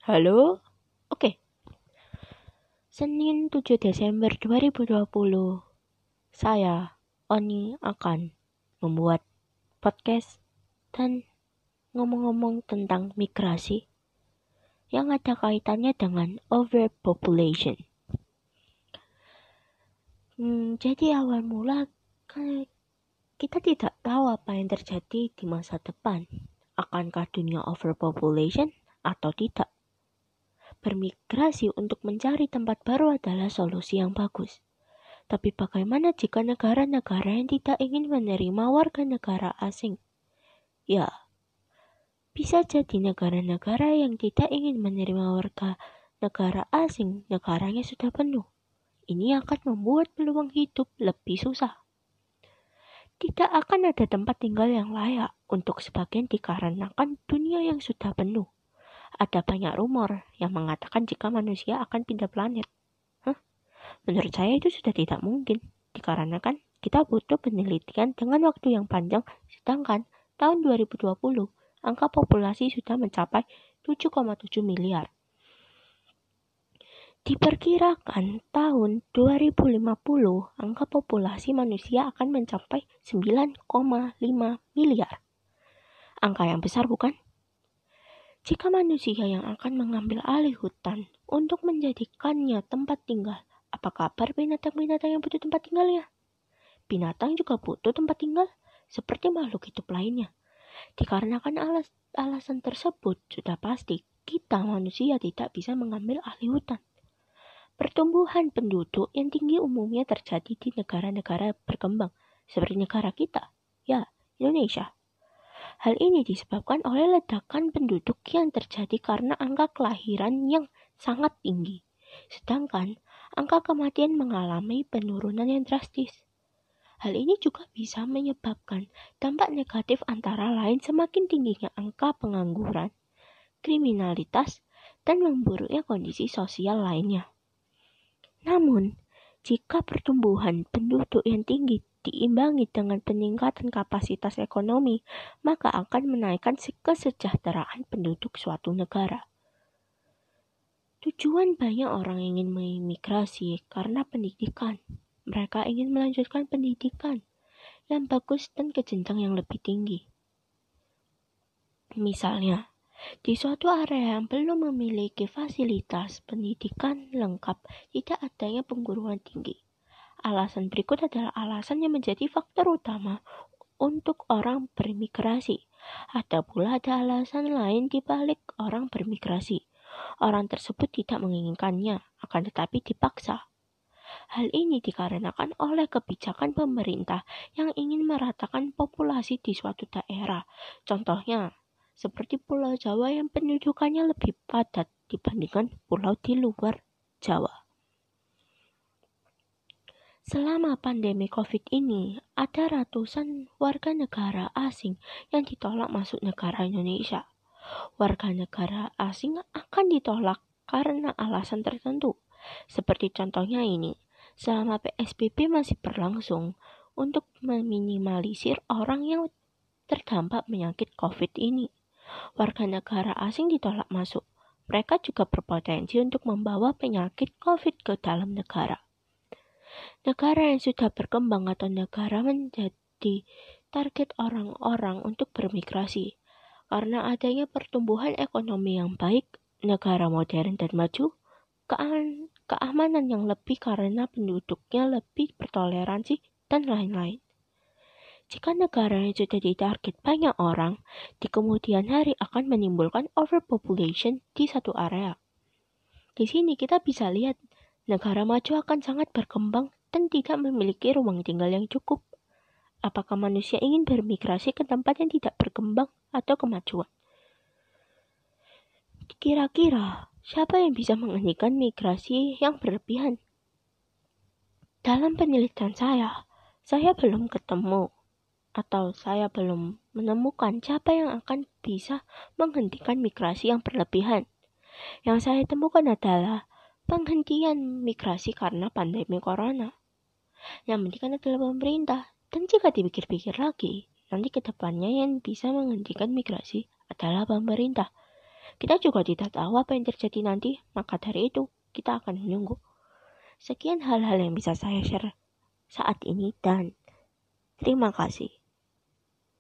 Halo? Oke. Senin 7 Desember 2020, saya, Oni, akan membuat podcast dan ngomong-ngomong tentang migrasi yang ada kaitannya dengan overpopulation. Jadi awal mula kita tidak tahu apa yang terjadi di masa depan. Akankah dunia overpopulation atau tidak? Bermigrasi untuk mencari tempat baru adalah solusi yang bagus. Tapi bagaimana jika negara-negara yang tidak ingin menerima warga negara asing? Ya, bisa jadi negara-negara yang tidak ingin menerima warga negara asing, negaranya sudah penuh. Ini akan membuat peluang hidup lebih susah. Tidak akan ada tempat tinggal yang layak untuk sebagian dikarenakan dunia yang sudah penuh. Ada banyak rumor yang mengatakan jika manusia akan pindah planet. Menurut saya itu sudah tidak mungkin, dikarenakan kita butuh penelitian dengan waktu yang panjang, sedangkan tahun 2020 angka populasi sudah mencapai 7,7 miliar. Diperkirakan tahun 2050 angka populasi manusia akan mencapai 9,5 miliar. Angka yang besar bukan? Jika manusia yang akan mengambil alih hutan untuk menjadikannya tempat tinggal, apa kabar binatang-binatang yang butuh tempat tinggalnya? Binatang juga butuh tempat tinggal, seperti makhluk hidup lainnya. Dikarenakan alasan tersebut, sudah pasti kita manusia tidak bisa mengambil alih hutan. Pertumbuhan penduduk yang tinggi umumnya terjadi di negara-negara berkembang, seperti negara kita, ya, Indonesia. Hal ini disebabkan oleh ledakan penduduk yang terjadi karena angka kelahiran yang sangat tinggi, sedangkan angka kematian mengalami penurunan yang drastis. Hal ini juga bisa menyebabkan dampak negatif antara lain semakin tingginya angka pengangguran, kriminalitas, dan memburuknya kondisi sosial lainnya. Namun, jika pertumbuhan penduduk yang tinggi diimbangi dengan peningkatan kapasitas ekonomi, maka akan menaikkan kesejahteraan penduduk suatu negara. Tujuan banyak orang ingin memigrasi karena pendidikan. Mereka ingin melanjutkan pendidikan yang bagus dan ke jenjang yang lebih tinggi. Misalnya, di suatu area yang belum memiliki fasilitas pendidikan lengkap, tidak adanya perguruan tinggi. Alasan berikut adalah alasan yang menjadi faktor utama untuk orang bermigrasi. Ada alasan lain di balik orang bermigrasi. Orang tersebut tidak menginginkannya, akan tetapi dipaksa. Hal ini dikarenakan oleh kebijakan pemerintah yang ingin meratakan populasi di suatu daerah. Contohnya, seperti Pulau Jawa yang pendudukannya lebih padat dibandingkan pulau di luar Jawa. Selama pandemi COVID ini, ada ratusan warga negara asing yang ditolak masuk negara Indonesia. Warga negara asing akan ditolak karena alasan tertentu. Seperti contohnya ini, selama PSBB masih berlangsung untuk meminimalisir orang yang terdampak penyakit COVID ini. Warga negara asing ditolak masuk. Mereka juga berpotensi untuk membawa penyakit COVID ke dalam negara. Negara yang sudah berkembang atau negara menjadi target orang-orang untuk bermigrasi. Karena adanya pertumbuhan ekonomi yang baik, negara modern dan maju, keamanan yang lebih karena penduduknya lebih bertoleransi, dan lain-lain. Jika negara yang sudah ditarget banyak orang, di kemudian hari akan menimbulkan overpopulation di satu area. Di sini kita bisa lihat, negara maju akan sangat berkembang dan tidak memiliki ruang tinggal yang cukup. Apakah manusia ingin bermigrasi ke tempat yang tidak berkembang atau kemajuan? Kira-kira, siapa yang bisa menghentikan migrasi yang berlebihan? Dalam penelitian saya belum ketemu atau saya belum menemukan siapa yang akan bisa menghentikan migrasi yang berlebihan. Yang saya temukan adalah penghentian migrasi karena pandemi corona. Yang menghentikan adalah pemerintah. Dan jika dipikir-pikir lagi, nanti ke depannya yang bisa menghentikan migrasi adalah pemerintah. Kita juga tidak tahu apa yang terjadi nanti, maka dari itu kita akan menunggu. Sekian hal-hal yang bisa saya share saat ini dan terima kasih.